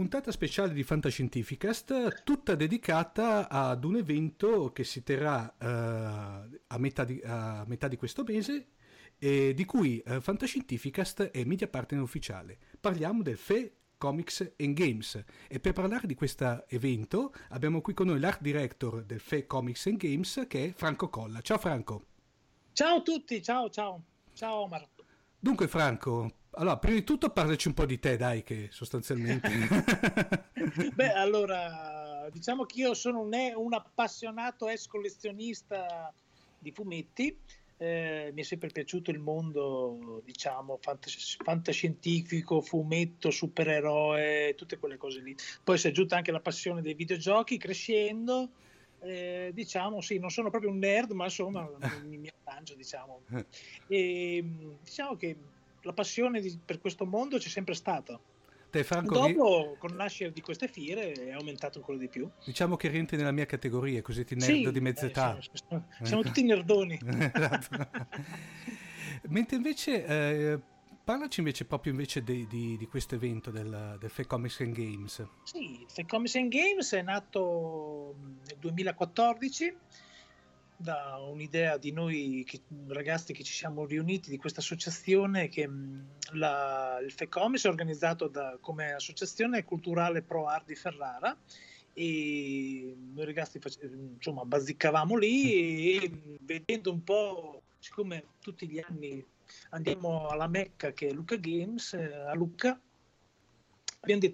puntata speciale di Fantascientificast, tutta dedicata ad un evento che si terrà a metà di questo mese e di cui Fantascientificast è media partner ufficiale. Parliamo del FE Comics and Games, e per parlare di questo evento abbiamo qui con noi l'art director del FE Comics and Games, che è Franco Colla. Ciao Franco. Ciao a tutti, ciao Omar. Dunque Franco, allora prima di tutto parlaci un po' di te, dai, che sostanzialmente... Beh, allora, diciamo che io sono un appassionato ex collezionista di fumetti. Mi è sempre piaciuto il mondo, diciamo, fantascientifico, fumetto, supereroe, tutte quelle cose lì. Poi si è aggiunta anche la passione dei videogiochi, crescendo. Diciamo, sì, non sono proprio un nerd, ma insomma mi arrangio, diciamo. E diciamo che la passione per questo mondo c'è sempre stata. Te, Franco, dopo, con il nascere di queste fiere, è aumentato ancora di più. Diciamo che rientri nella mia categoria, così ti nerd di mezza età. Siamo tutti nerdoni. Esatto. Mentre invece... parlaci invece proprio di questo evento del FE Comics and Games. Sì, il FE Comics and Games è nato nel 2014 da un'idea di noi ragazzi che ci siamo riuniti di questa associazione, che il FE Comics è organizzato come associazione culturale pro art di Ferrara, e noi ragazzi insomma bazzicavamo lì e vedendo un po', siccome tutti gli anni andiamo alla Mecca che è Lucca Games a Lucca, abbiamo detto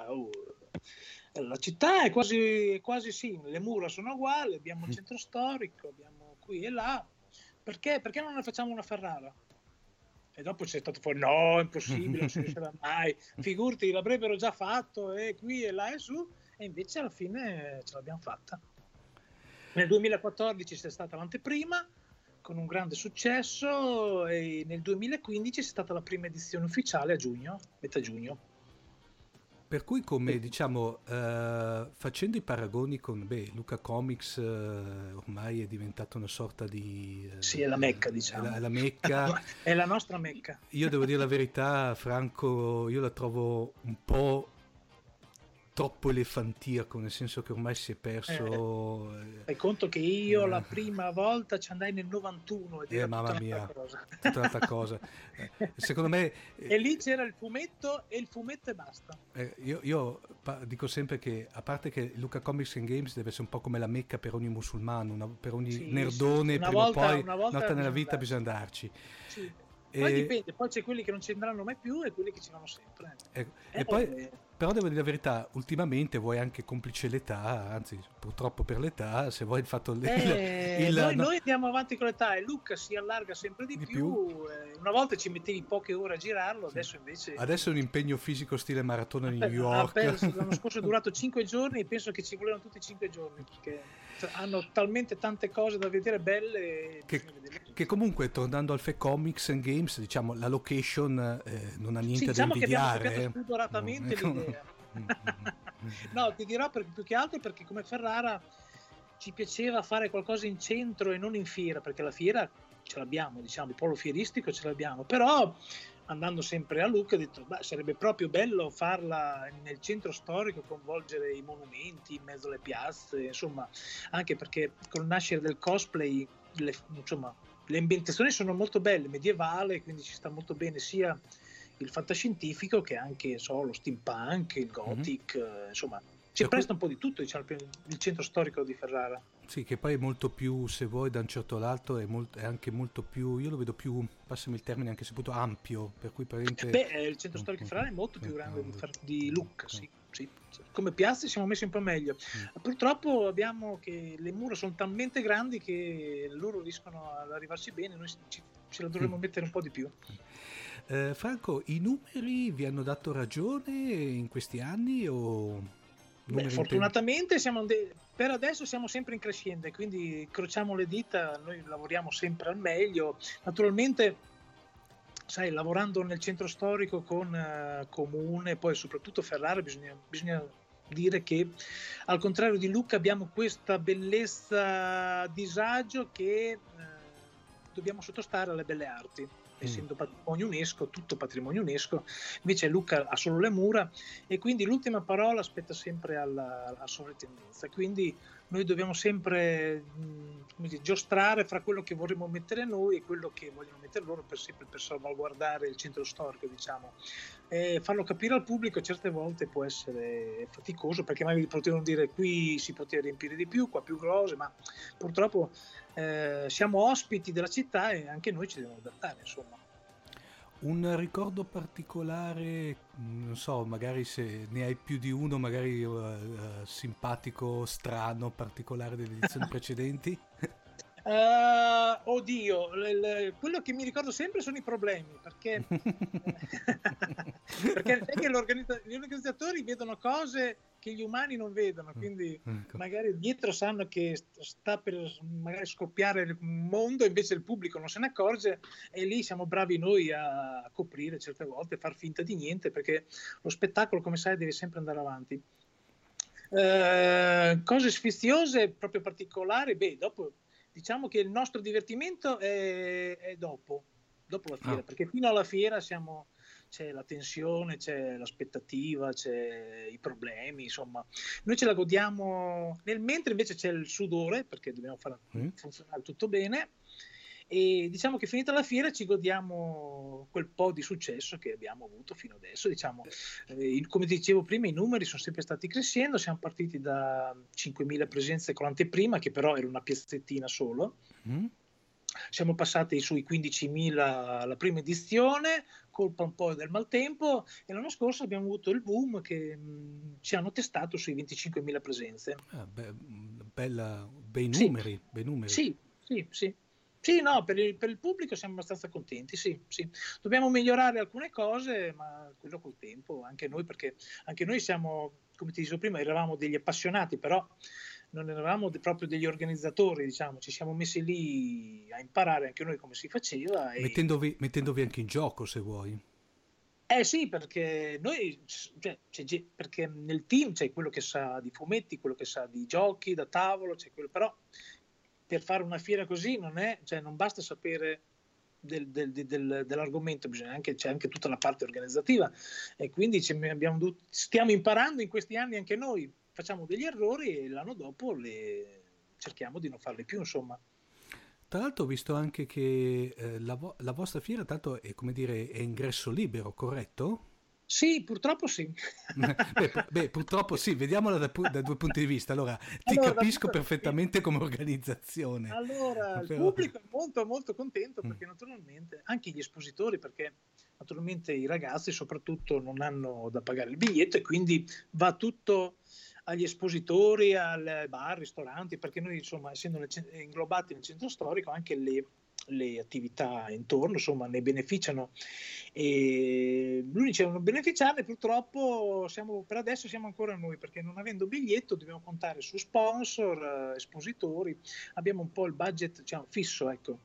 la città è quasi simile, le mura sono uguali, abbiamo il centro storico, abbiamo qui e là, perché non ne facciamo una Ferrara? E dopo c'è stato fuori, no, è impossibile, non si riuscirà mai, figurati, l'avrebbero già fatto, e qui e là e su, e invece alla fine ce l'abbiamo fatta. Nel 2014 c'è stata l'anteprima con un grande successo, e nel 2015 c'è stata la prima edizione ufficiale a giugno, metà giugno. Per cui, come diciamo, facendo i paragoni con Lucca Comics, ormai è diventata una sorta di... sì, è la Mecca, diciamo. È la Mecca. È la nostra Mecca. Io devo dire la verità, Franco, io la trovo un po' troppo elefantiaco, nel senso che ormai si è perso. Fai conto che io la prima volta ci andai nel 91 ed era mamma tutta mia, cosa. tutta un'altra cosa. Secondo me e lì c'era il fumetto e basta. Io dico sempre che, a parte che Lucca Comics and Games deve essere un po' come la Mecca per ogni musulmano, per ogni nerdone, sì. Prima o poi una volta nella vita bisogna andarci. Sì. Poi dipende, poi c'è quelli che non ci andranno mai più e quelli che ci vanno sempre. E poi, però devo dire la verità, ultimamente vuoi anche complice l'età, anzi purtroppo per l'età, se vuoi il fatto... Noi andiamo avanti con l'età e Lucca si allarga sempre di più. Una volta ci mettevi poche ore a girarlo, adesso invece... Adesso è un impegno fisico stile maratona di New York. L'anno scorso è durato 5 giorni e penso che ci volevano tutti 5 giorni, perché hanno talmente tante cose da vedere belle che comunque, tornando al FE Comics and Games, diciamo, la location non ha niente da invidiare. Che abbiamo spudoratamente l'idea. No, ti dirò più che altro perché come Ferrara ci piaceva fare qualcosa in centro e non in fiera, perché la fiera ce l'abbiamo, diciamo, il polo fieristico ce l'abbiamo, però andando sempre a Lucca ho detto sarebbe proprio bello farla nel centro storico, coinvolgere i monumenti in mezzo alle piazze, insomma, anche perché con il nascere del cosplay le ambientazioni sono molto belle, medievale, quindi ci sta molto bene sia il fantascientifico che anche lo steampunk, il gothic, insomma ci presta un po' di tutto, diciamo, il centro storico di Ferrara. Sì, che poi è molto più, se vuoi, da un certo lato è anche molto più, io lo vedo più, passami il termine, anche se appunto ampio, per cui il centro storico di Ferrara è molto più grande di Lucca, sì. Come piazze siamo messi un po' meglio. Purtroppo abbiamo che le mura sono talmente grandi che loro riescono ad arrivarci bene, noi ce la dovremmo mettere un po' di più. Franco, i numeri vi hanno dato ragione in questi anni o... fortunatamente per adesso siamo sempre in crescente, quindi incrociamo le dita, noi lavoriamo sempre al meglio. Naturalmente, sai, lavorando nel centro storico con Comune, poi soprattutto Ferrara, bisogna dire che al contrario di Lucca abbiamo questa bellezza disagio che dobbiamo sottostare alle belle arti. essendo patrimonio UNESCO, tutto patrimonio UNESCO, invece Lucca ha solo le mura e quindi l'ultima parola spetta sempre alla sovrintendenza, quindi noi dobbiamo sempre giostrare fra quello che vorremmo mettere noi e quello che vogliono mettere loro per salvaguardare il centro storico, diciamo. Farlo capire al pubblico certe volte può essere faticoso, perché magari potevano dire qui si poteva riempire di più, qua più cose, ma purtroppo siamo ospiti della città e anche noi ci dobbiamo adattare, insomma. Un ricordo particolare, non so, magari se ne hai più di uno, magari simpatico, strano, particolare delle edizioni precedenti? Oddio, quello che mi ricordo sempre sono i problemi, perché è che gli organizzatori vedono cose che gli umani non vedono, quindi magari dietro sanno che sta per magari scoppiare il mondo, invece il pubblico non se ne accorge, e lì siamo bravi noi a coprire certe volte, far finta di niente, perché lo spettacolo, come sai, deve sempre andare avanti. Cose sfiziose proprio particolari, dopo diciamo che il nostro divertimento è dopo la fiera, perché fino alla fiera c'è la tensione, c'è l'aspettativa, c'è i problemi, insomma. Noi ce la godiamo mentre invece c'è il sudore, perché dobbiamo far funzionare tutto bene, e diciamo che finita la fiera ci godiamo quel po' di successo che abbiamo avuto fino adesso, diciamo. Come dicevo prima, i numeri sono sempre stati crescendo, siamo partiti da 5.000 presenze con l'anteprima, che però era una piazzettina solo. Siamo passati sui 15.000 alla prima edizione, colpa un po' del maltempo, e l'anno scorso abbiamo avuto il boom che ci hanno testato sui 25.000 presenze. Bei numeri. Sì. Sì, no, per il pubblico siamo abbastanza contenti, sì. Dobbiamo migliorare alcune cose, ma quello col tempo, anche noi, perché anche noi siamo, come ti dicevo prima, eravamo degli appassionati, però non eravamo proprio degli organizzatori, diciamo, ci siamo messi lì a imparare anche noi come si faceva. Mettendovi anche in gioco, se vuoi. Sì, perché noi, perché nel team c'è quello che sa di fumetti, quello che sa di giochi da tavolo, c'è quello, però per fare una fiera così non basta sapere dell'argomento, c'è anche tutta la parte organizzativa, e quindi stiamo imparando in questi anni anche noi, facciamo degli errori e l'anno dopo cerchiamo di non farli più, insomma. Tra l'altro ho visto anche che la vostra fiera tanto è, come dire, è ingresso libero, corretto? Sì, purtroppo sì. Purtroppo sì, vediamola da due punti di vista. Allora, capisco perfettamente come organizzazione. Allora, il pubblico è molto molto contento, perché naturalmente anche gli espositori, perché naturalmente i ragazzi soprattutto non hanno da pagare il biglietto, e quindi va tutto agli espositori, al bar, ristoranti, perché noi, insomma, essendo inglobati nel centro storico, anche le attività intorno, insomma, ne beneficiano, e gli unici a non beneficiarne purtroppo per adesso siamo ancora noi, perché non avendo biglietto dobbiamo contare su sponsor, espositori, abbiamo un po' il budget, diciamo, fisso, ecco.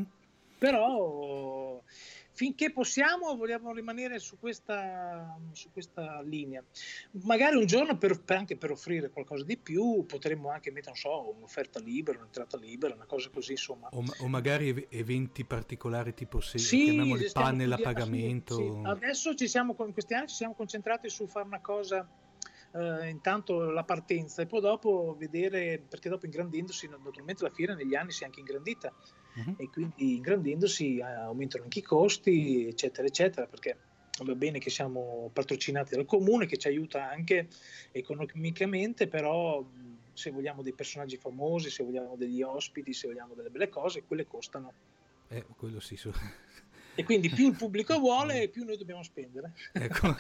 Però finché possiamo vogliamo rimanere su questa linea. Magari un giorno anche per offrire qualcosa di più potremmo anche mettere, non so, un'offerta libera, un'entrata libera, una cosa così, insomma. O magari eventi particolari, tipo chiamiamoli panel a pagamento. Sì. Adesso in questi anni ci siamo concentrati su fare una cosa, intanto la partenza, e poi dopo vedere, perché dopo ingrandendosi, naturalmente la fiera negli anni si è anche ingrandita, e quindi ingrandendosi aumentano anche i costi, eccetera eccetera, perché va bene che siamo patrocinati dal comune che ci aiuta anche economicamente, però se vogliamo dei personaggi famosi, se vogliamo degli ospiti, se vogliamo delle belle cose, quelle costano. Quello sì. E quindi più il pubblico vuole, più noi dobbiamo spendere. Ecco.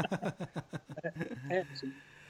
Sì.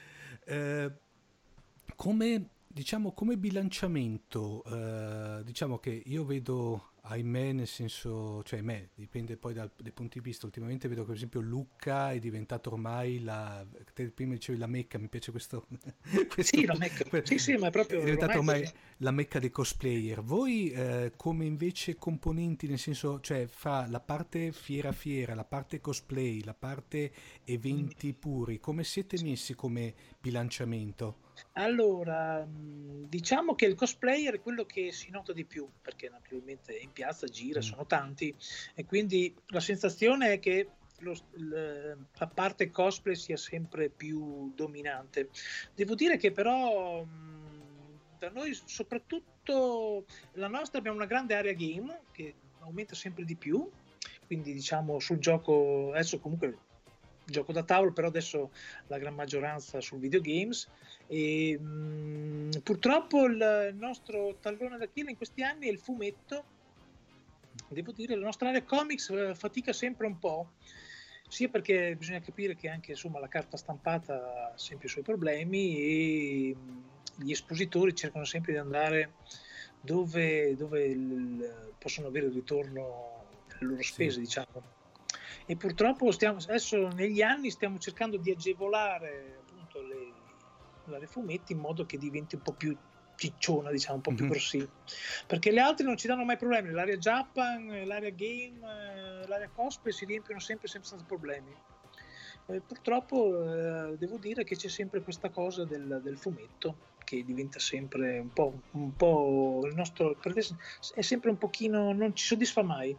Come bilanciamento, diciamo che io vedo, ahimè, nel senso, cioè dipende poi dai punti di vista. Ultimamente vedo che per esempio Lucca è diventato ormai te prima dicevi la Mecca, mi piace questo sì, la Mecca. Sì, ma è proprio è diventata ormai la Mecca dei cosplayer. Voi come invece componenti, nel senso, cioè fra la parte fiera, la parte cosplay, la parte eventi puri, come siete messi come bilanciamento? Allora, Diciamo che il cosplayer è quello che si nota di più, perché naturalmente in piazza gira, sono tanti, e quindi la sensazione è che la parte cosplay sia sempre più dominante. Devo dire che però da noi, soprattutto la nostra, abbiamo una grande area game che aumenta sempre di più, quindi diciamo sul gioco, adesso comunque gioco da tavolo, però adesso la gran maggioranza sul videogames, e purtroppo il nostro tallone d'Achille in questi anni è il fumetto. Devo dire, la nostra area comics fatica sempre un po', sia perché bisogna capire che anche insomma la carta stampata ha sempre i suoi problemi, e gli espositori cercano sempre di andare dove possono avere il ritorno delle loro spese, diciamo. E purtroppo adesso negli anni stiamo cercando di agevolare appunto l'area fumetti in modo che diventi un po' più cicciona, diciamo, un po' più grossina, perché le altre non ci danno mai problemi. L'area Japan, l'area game, l'area cosplay si riempiono sempre senza problemi. Purtroppo devo dire che c'è sempre questa cosa del fumetto che diventa sempre un po' il nostro, è sempre un pochino, non ci soddisfa mai.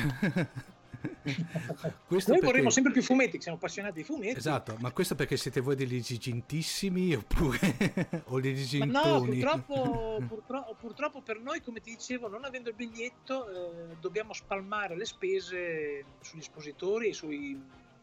Noi vorremmo sempre più fumetti, siamo appassionati di fumetti. Esatto, ma questo perché siete voi degli esigentissimi oppure o degli esigentoni? No, purtroppo per noi, come ti dicevo, non avendo il biglietto dobbiamo spalmare le spese sugli espositori e sugli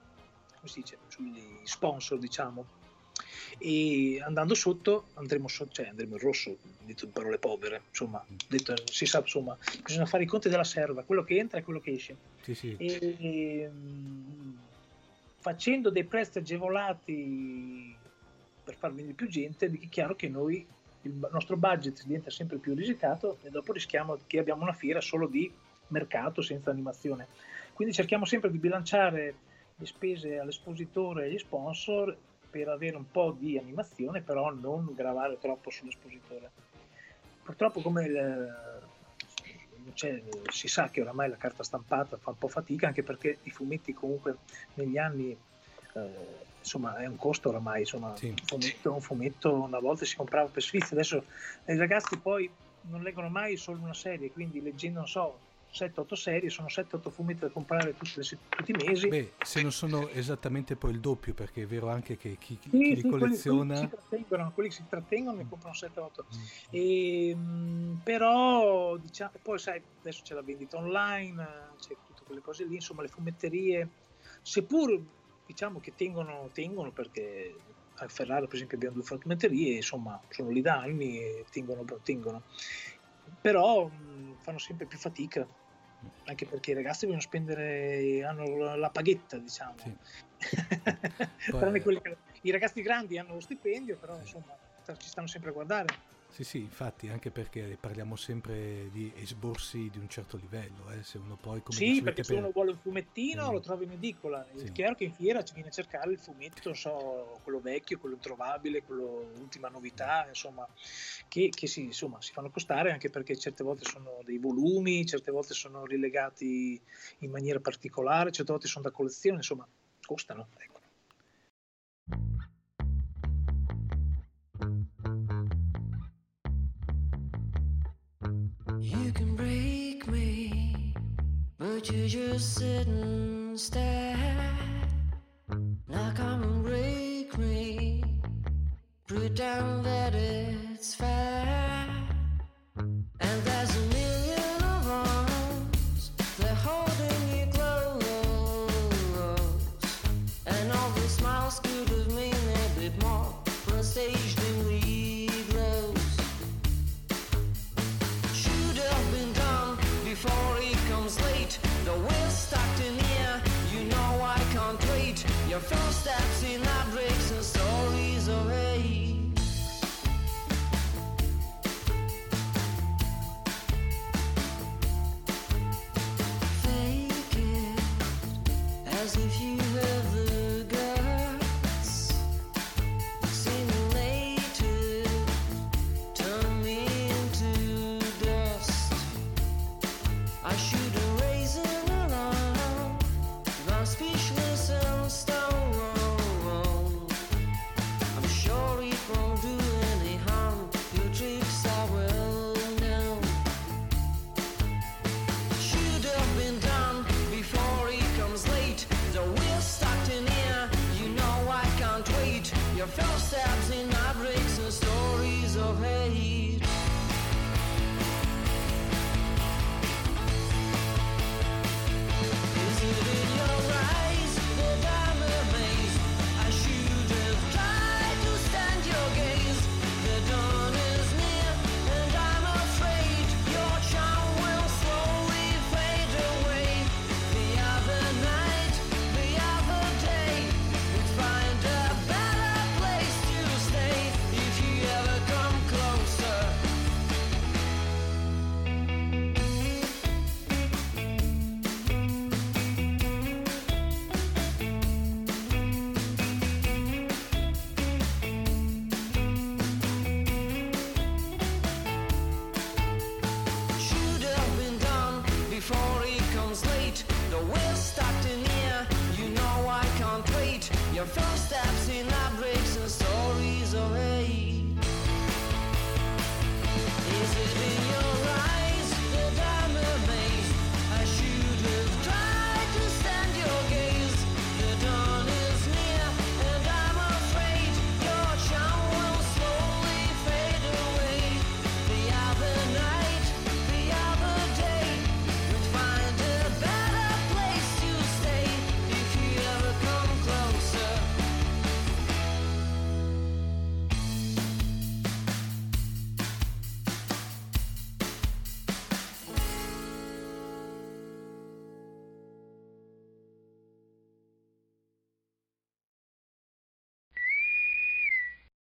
sponsor, diciamo. E andando sotto andremo in rosso, detto in parole povere, insomma, detto, si sa, insomma, bisogna fare i conti della serva, quello che entra e quello che esce. Sì. E facendo dei prestiti agevolati per far venire più gente, è chiaro che noi il nostro budget diventa sempre più risicato e dopo rischiamo che abbiamo una fiera solo di mercato senza animazione. Quindi cerchiamo sempre di bilanciare le spese all'espositore e agli sponsor per avere un po' di animazione, però non gravare troppo sull'espositore. Purtroppo, come si sa che oramai la carta stampata fa un po' fatica, anche perché i fumetti comunque negli anni insomma è un costo oramai, insomma. Sì. Un fumetto una volta si comprava per sfizio, adesso i ragazzi poi non leggono mai solo una serie, quindi leggendo, non so, 7-8 serie, sono 7-8 fumetti da comprare tutti i mesi. Beh, se non sono esattamente poi il doppio, perché è vero anche che chi li colleziona, quelli si trattengono e comprano 7-8. Però diciamo, poi sai, adesso c'è la vendita online, c'è tutte quelle cose lì, insomma le fumetterie, seppur diciamo che tengono perché a Ferrara per esempio abbiamo 2 fumetterie, insomma sono lì da anni e tengono, però fanno sempre più fatica, anche perché i ragazzi vogliono spendere, hanno la paghetta, diciamo. Sì. I ragazzi grandi hanno lo stipendio, però insomma ci stanno sempre a guardare. Sì, infatti, anche perché parliamo sempre di esborsi di un certo livello, se uno poi, come sì, perché se uno vuole un fumettino lo trova in edicola, sì. È chiaro che in fiera ci viene a cercare il fumetto, quello vecchio, quello introvabile, quello ultima novità, insomma, che si fanno costare, anche perché certe volte sono dei volumi, certe volte sono rilegati in maniera particolare, certe volte sono da collezione, insomma, costano, ecco. You can break me, but you just sit and stare. Now come and break me, pretend that it's fair. And there's a million of arms, they're holding you close. And all the smiles could have meant a bit more from the stage than we glows. Before he comes late, the wheel's stuck in here, you know I can't wait. Your first steps in heartbreaks and stories of hate.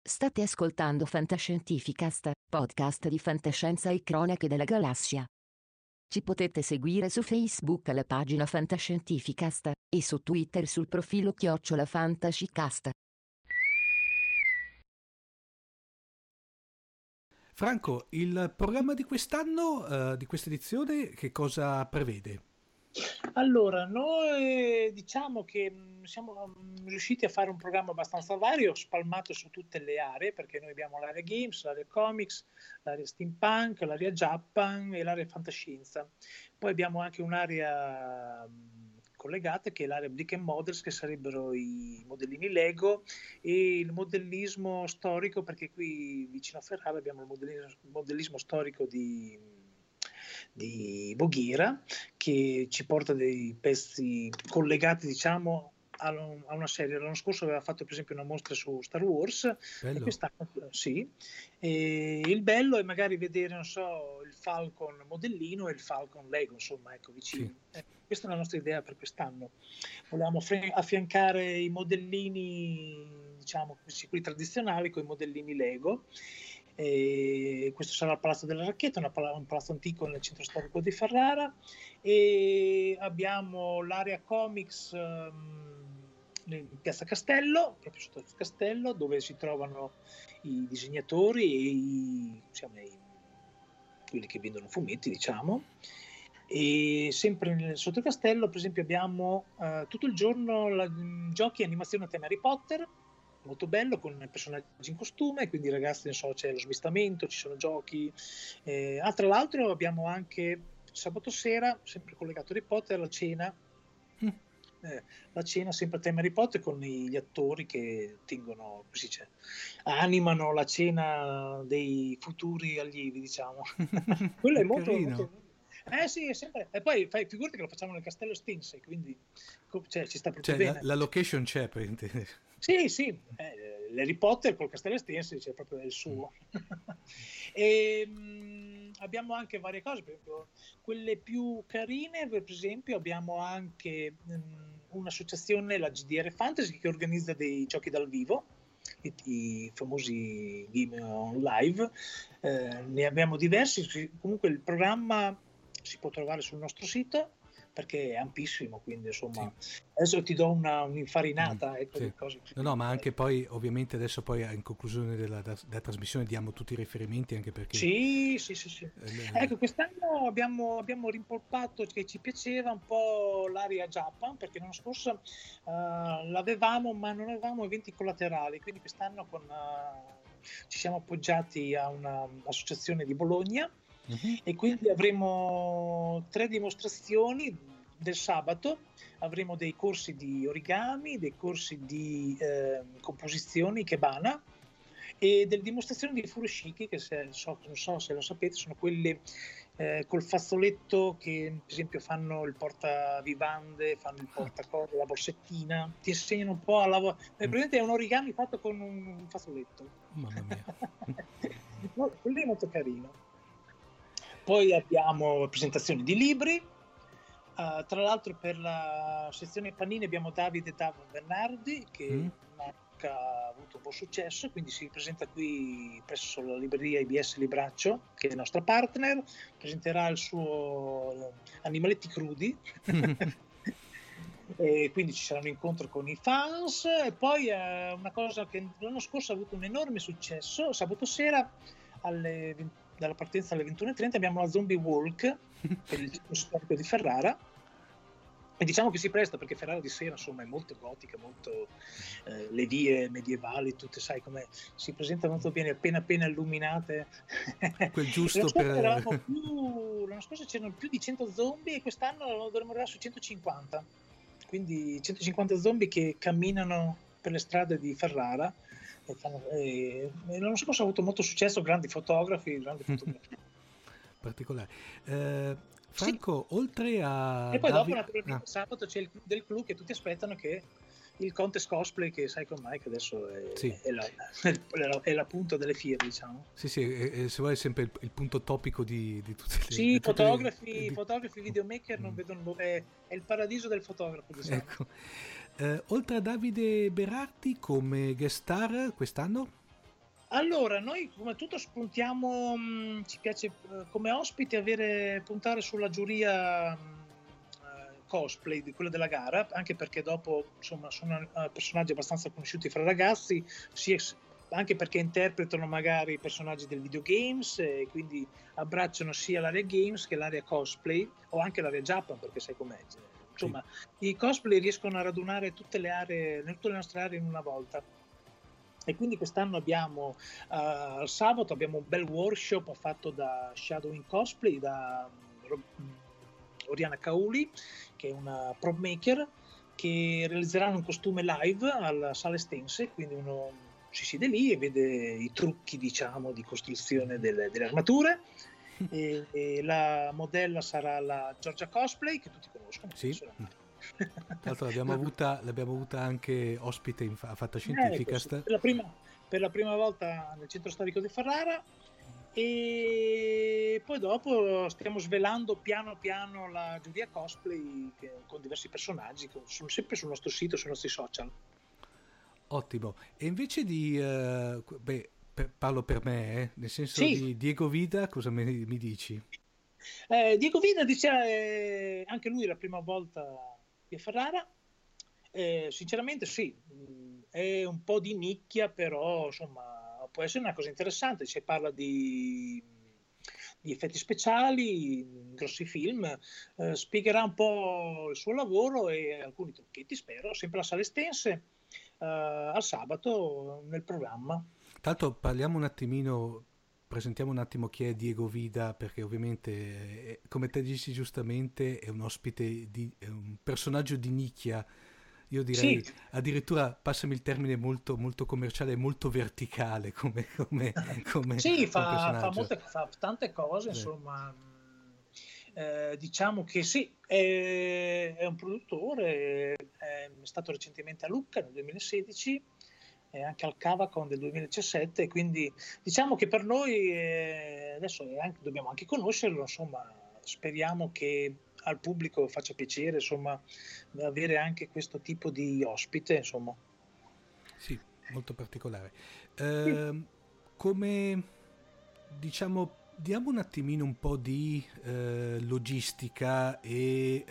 State ascoltando Fantascientificast, podcast di fantascienza e cronache della galassia. Ci potete seguire su Facebook alla pagina Fantascientificast e su Twitter sul profilo @fantascicast. Franco, il programma di quest'anno, di questa edizione, che cosa prevede? Allora, noi diciamo che siamo riusciti a fare un programma abbastanza vario, spalmato su tutte le aree, perché noi abbiamo l'area games, l'area comics, l'area steampunk, l'area Japan e l'area fantascienza. Poi abbiamo anche un'area collegata che è l'area Brick and Models, che sarebbero i modellini Lego e il modellismo storico, perché qui vicino a Ferrara abbiamo il modellismo storico di Boghera, che ci porta dei pezzi collegati, diciamo, a una serie. L'anno scorso aveva fatto per esempio una mostra su Star Wars. Bello. E quest'anno sì. E il bello è magari vedere, non so, il Falcon modellino e il Falcon Lego, insomma, ecco, vicini. Sì. Questa è la nostra idea per quest'anno. Volevamo affiancare i modellini, diciamo, quelli tradizionali con i modellini Lego. E questo sarà il Palazzo della Racchetta, un palazzo antico nel centro storico di Ferrara, e abbiamo l'area comics in Piazza Castello, proprio sotto il castello, dove si trovano i disegnatori e quelli che vendono fumetti, diciamo. E sempre sotto il castello, per esempio, abbiamo tutto il giorno giochi e animazione a tema Harry Potter, molto bello, con personaggi in costume, quindi i ragazzi, non so, c'è lo smistamento, ci sono giochi. Tra l'altro abbiamo anche sabato sera, sempre collegato a Harry Potter, la cena sempre a tema Harry Potter, con gli attori che tengono, così animano la cena dei futuri allievi, diciamo. Quello è molto sì, è sempre. E poi figurati che lo facciamo nel Castello Stinsey, quindi ci sta proprio bene. La location c'è, per intendere. Sì, l'Harry Potter col Castello Stinsey c'è proprio il suo. E abbiamo anche varie cose, per esempio quelle più carine. Per esempio abbiamo anche un'associazione, la GDR Fantasy, che organizza dei giochi dal vivo, i famosi game on live. Ne abbiamo diversi. Comunque il programma si può trovare sul nostro sito, perché è ampissimo, quindi insomma adesso ti do un'infarinata, ecco, sì. di cose. No, ma anche poi ovviamente adesso poi in conclusione della trasmissione diamo tutti i riferimenti, anche perché sì. Ecco, quest'anno abbiamo rimpolpato, che ci piaceva un po' l'area Japan, perché l'anno scorso l'avevamo, ma non avevamo eventi collaterali, quindi quest'anno ci siamo appoggiati a un'associazione di Bologna. E quindi avremo 3 dimostrazioni del sabato. Avremo dei corsi di origami, dei corsi di composizioni ikebana e delle dimostrazioni di furoshiki, che non so se lo sapete, sono quelle col fazzoletto, che per esempio fanno il portavivande, fanno il portacorpo, la borsettina, ti insegnano un po' a lavorare. Praticamente è un origami fatto con un fazzoletto. Mamma mia. Quello è molto carino. Poi abbiamo presentazioni di libri. Tra l'altro per la sezione Panini abbiamo Davide Bernardi, che ha avuto un buon successo, quindi si presenta qui presso la libreria IBS Libraccio, che è il nostro partner. Presenterà il suo Animaletti crudi. E quindi ci sarà un incontro con i fans. E poi una cosa che l'anno scorso ha avuto un enorme successo: sabato sera dalla partenza alle 21:30 abbiamo la Zombie Walk per il centro storico di Ferrara, e diciamo che si presta, perché Ferrara di sera insomma è molto gotica, molto le vie medievali tutte, sai come si presentano molto bene, appena illuminate. Quel giusto l'anno scorso c'erano più di 100 zombie e quest'anno dovremmo arrivare su 150, quindi 150 zombie che camminano per le strade di Ferrara. L'anno scorso ha avuto molto successo, grandi fotografi. Particolare. Franco, sì. Oltre a... E poi dopo naturalmente sabato c'è il del clou, che tutti aspettano, che il contest cosplay, che sai com'è, che adesso è la punta delle fiere, diciamo. Sì, se vuoi è sempre il punto topico di tutte le... Sì, fotografi, videomaker non vedono, è il paradiso del fotografo, diciamo. Ecco. Oltre a Davide Berardi, come guest star quest'anno? Allora, noi come tutto spuntiamo, ci piace come ospite puntare sulla giuria cosplay di quella della gara, anche perché dopo insomma sono personaggi abbastanza conosciuti fra ragazzi, anche perché interpretano magari personaggi del videogames e quindi abbracciano sia l'area games che l'area cosplay o anche l'area Japan, perché sai com'è. Insomma, i cosplay riescono a radunare tutte le nostre aree in una volta. E quindi quest'anno abbiamo al sabato abbiamo un bel workshop fatto da Shadowing Cosplay, da Oriana Cauli, che è una prop maker, che realizzeranno un costume live alla Sala Estense, quindi uno si siede lì e vede i trucchi, diciamo, di costruzione delle armature. E la modella sarà la Giorgia Cosplay, che tutti conoscono. Sì. Tra l'altro l'abbiamo avuta anche ospite a Fantascientificast. Per la prima volta nel centro storico di Ferrara, e poi dopo stiamo svelando piano piano la giuria cosplay con diversi personaggi che sono sempre sul nostro sito, sui nostri social. Ottimo. E invece di parlo per me, nel senso sì. di Diego Vida, cosa mi dici? Diego Vida dice anche lui la prima volta a Ferrara, sinceramente sì, è un po' di nicchia, però insomma può essere una cosa interessante. Si parla di effetti speciali, grossi film, spiegherà un po' il suo lavoro e alcuni trucchetti, spero, sempre alla Sala Estense, al sabato nel programma. Tanto parliamo un attimino, presentiamo un attimo chi è Diego Vida, perché ovviamente, come te dici giustamente, è un ospite, è un personaggio di nicchia, io direi sì. Addirittura, passami il termine, molto, molto commerciale, molto verticale come sì, fa tante cose, sì. Insomma, diciamo che sì, è un produttore, è stato recentemente a Lucca nel 2016, e anche al Cavacon del 2017, quindi diciamo che per noi adesso dobbiamo anche conoscerlo, insomma, speriamo che al pubblico faccia piacere, insomma, avere anche questo tipo di ospite, insomma. Sì, molto particolare. Come, diciamo, diamo un attimino un po' di logistica e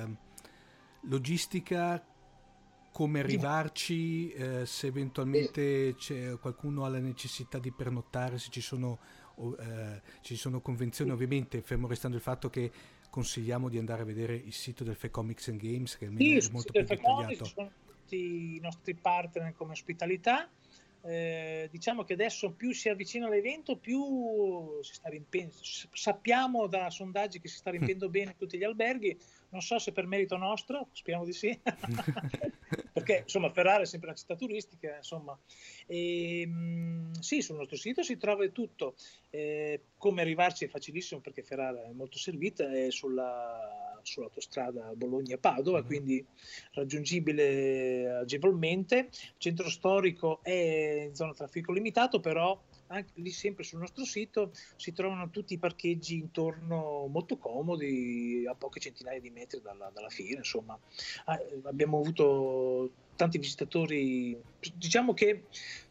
come arrivarci, se eventualmente qualcuno ha la necessità di pernottare, se ci sono convenzioni, ovviamente fermo restando il fatto che consigliamo di andare a vedere il sito del FEComics and Games, che almeno è molto più dettagliato. Ci sono tutti i nostri partner come ospitalità. Diciamo che adesso più si avvicina l'evento, più si sta riempiendo. Sappiamo da sondaggi che si sta riempiendo bene tutti gli alberghi. Non so se per merito nostro, speriamo di sì, perché insomma Ferrara è sempre una città turistica, insomma. Sì, sul nostro sito si trova tutto. Come arrivarci è facilissimo, perché Ferrara è molto servita, è sull'autostrada Bologna-Padova, quindi raggiungibile agevolmente. Il centro storico è in zona traffico limitato, però anche lì sempre sul nostro sito si trovano tutti i parcheggi intorno molto comodi, a poche centinaia di metri dalla fiera, insomma. Abbiamo avuto tanti visitatori, diciamo che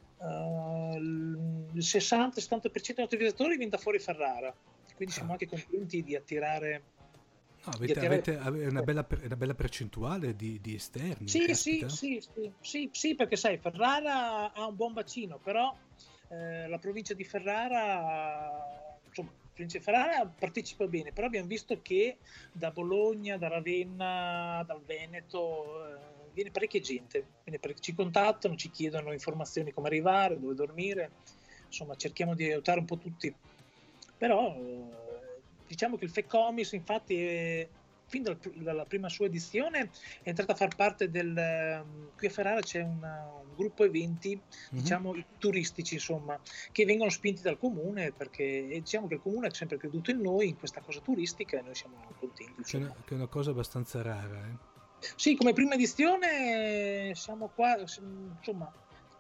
il 60-70% dei nostri visitatori viene da fuori Ferrara, quindi siamo anche contenti di attirare. No, avete una bella percentuale di esterni. Sì, perché sai, Ferrara ha un buon bacino, però la provincia di Ferrara, insomma, la provincia di Ferrara partecipa bene, però abbiamo visto che da Bologna, da Ravenna, dal Veneto viene parecchia gente, ci contattano, ci chiedono informazioni, come arrivare, dove dormire, insomma cerchiamo di aiutare un po' tutti, però diciamo che il FEComics infatti fin dalla prima sua edizione è entrata a far parte qui a Ferrara c'è un gruppo eventi, diciamo turistici, insomma, che vengono spinti dal comune, perché diciamo che il comune ha sempre creduto in noi, in questa cosa turistica, e noi siamo contenti. Che è una cosa abbastanza rara. Sì, come prima edizione siamo qua, insomma,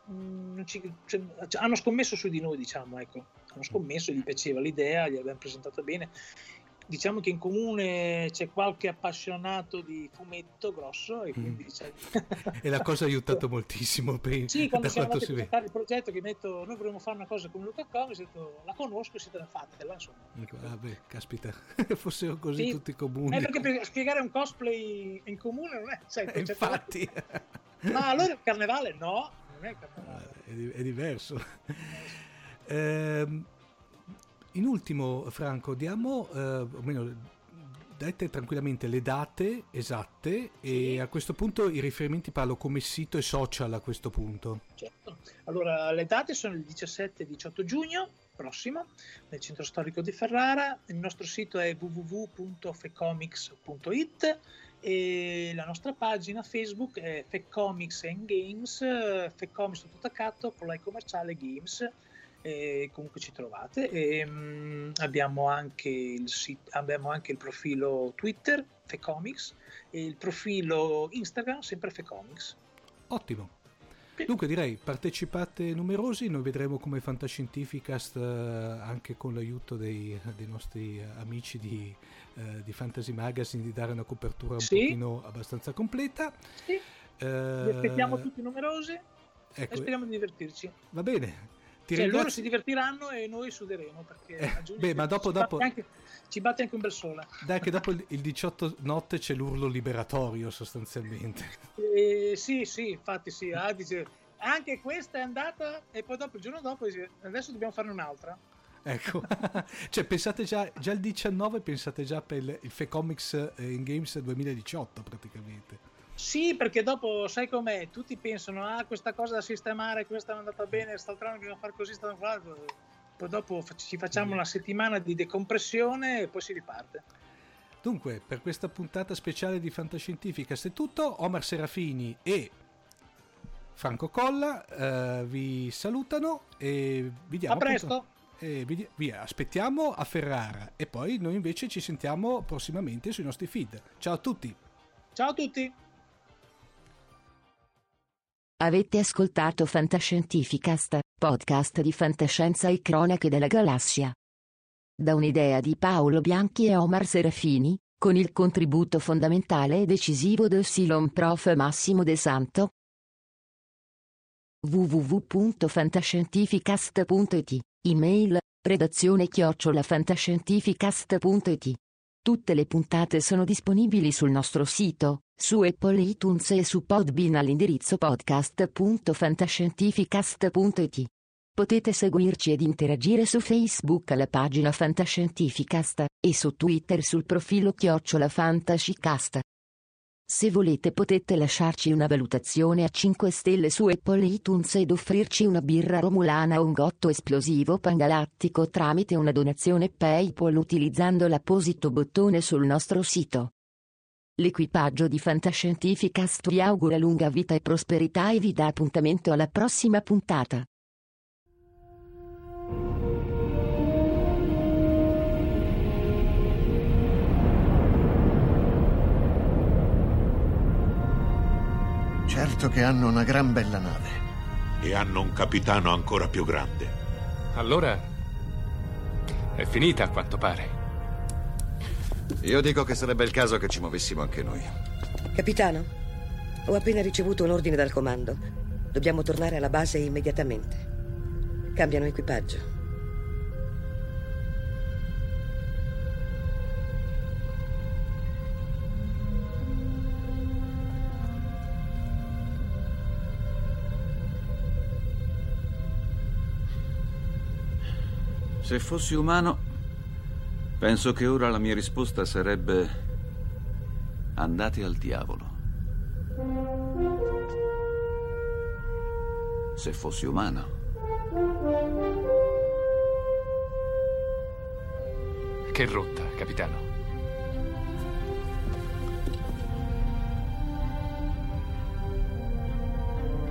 hanno scommesso su di noi, diciamo, ecco. Hanno scommesso, gli piaceva l'idea, gli abbiamo presentato bene. diciamo che in comune c'è qualche appassionato di fumetto grosso e quindi e la cosa ha aiutato moltissimo sì, quando da siamo quanto andati si a vede. presentare il progetto, che noi vorremmo fare una cosa come Luca Comics, ho detto la conosco, siete da fatela, insomma. Vabbè, caspita, fossero così Sì, tutti comuni. perché per spiegare un cosplay in comune non è, sai, Infatti ma allora il carnevale no, non è il carnevale, è diverso. In ultimo, Franco, diamo, o meno, date tranquillamente le date esatte e a questo punto i riferimenti parlo come sito e social a questo punto. certo. Allora, le date sono il 17 e 18 giugno prossimo nel centro storico di Ferrara. Il nostro sito è www.fecomics.it e la nostra pagina Facebook è Fecomics and Games, Fecomics tutto attaccato, con la commerciale Games. E comunque ci trovate e abbiamo anche il profilo Twitter Fecomics e il profilo Instagram sempre Fecomics. Ottimo. Dunque direi partecipate numerosi, noi vedremo come Fantascientificast anche con l'aiuto dei nostri amici di Fantasy Magazine di dare una copertura un pochino abbastanza completa. Sì. Vi aspettiamo tutti numerosi, ecco, e speriamo di divertirci. Va bene. Loro si divertiranno e noi suderemo perché a giugno ma dopo ci batte anche un bel sole. Dai che dopo il 18 notte c'è l'urlo liberatorio sostanzialmente. Sì, infatti sì, dice, anche questa è andata e poi dopo il giorno dopo dice, adesso dobbiamo farne un'altra. Ecco, cioè pensate già il 19 pensate già per il Fecomics in Games 2018 praticamente. Sì, perché dopo sai com'è, tutti pensano questa cosa da sistemare, questa è andata bene, quest'altro anno bisogna fare così, poi dopo ci facciamo una settimana di decompressione e poi si riparte. Dunque, per questa puntata speciale di Fantascientificast è tutto. Omar Serafini e Franco Colla vi salutano e vi diamo a presto e vi aspettiamo a Ferrara e poi noi invece ci sentiamo prossimamente sui nostri feed. Ciao a tutti. Ciao a tutti. Avete ascoltato Fantascientificast, podcast di fantascienza e cronache della galassia. Da un'idea di Paolo Bianchi e Omar Serafini, con il contributo fondamentale e decisivo del Silon Prof. Massimo De Santo. www.fantascientificast.it, email, redazione@fantascientificast.it. Tutte le puntate sono disponibili sul nostro sito, su Apple iTunes e su Podbean all'indirizzo podcast.fantascientificast.it. Potete seguirci ed interagire su Facebook alla pagina Fantascientificast e su Twitter sul profilo @fantascicast. Se volete potete lasciarci una valutazione a 5 stelle su Apple iTunes ed offrirci una birra romulana o un gotto esplosivo pangalattico tramite una donazione PayPal utilizzando l'apposito bottone sul nostro sito. L'equipaggio di Fantascientificast vi augura lunga vita e prosperità e vi dà appuntamento alla prossima puntata. Certo che hanno una gran bella nave. E hanno un capitano ancora più grande. Allora è finita a quanto pare. Io dico che sarebbe il caso che ci muovessimo anche noi. Capitano, ho appena ricevuto un ordine dal comando. Dobbiamo tornare alla base immediatamente. Cambiano equipaggio. Se fossi umano, penso che ora la mia risposta sarebbe: andate al diavolo. Se fossi umano. Che rotta, capitano?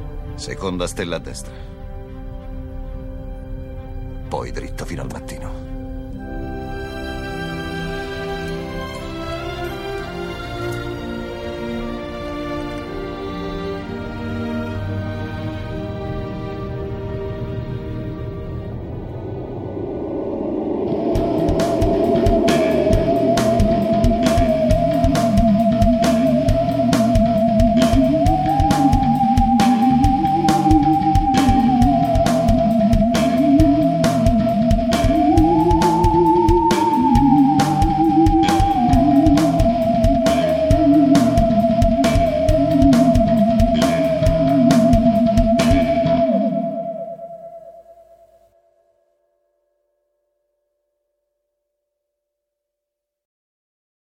Seconda stella a destra. Poi dritto fino al mattino.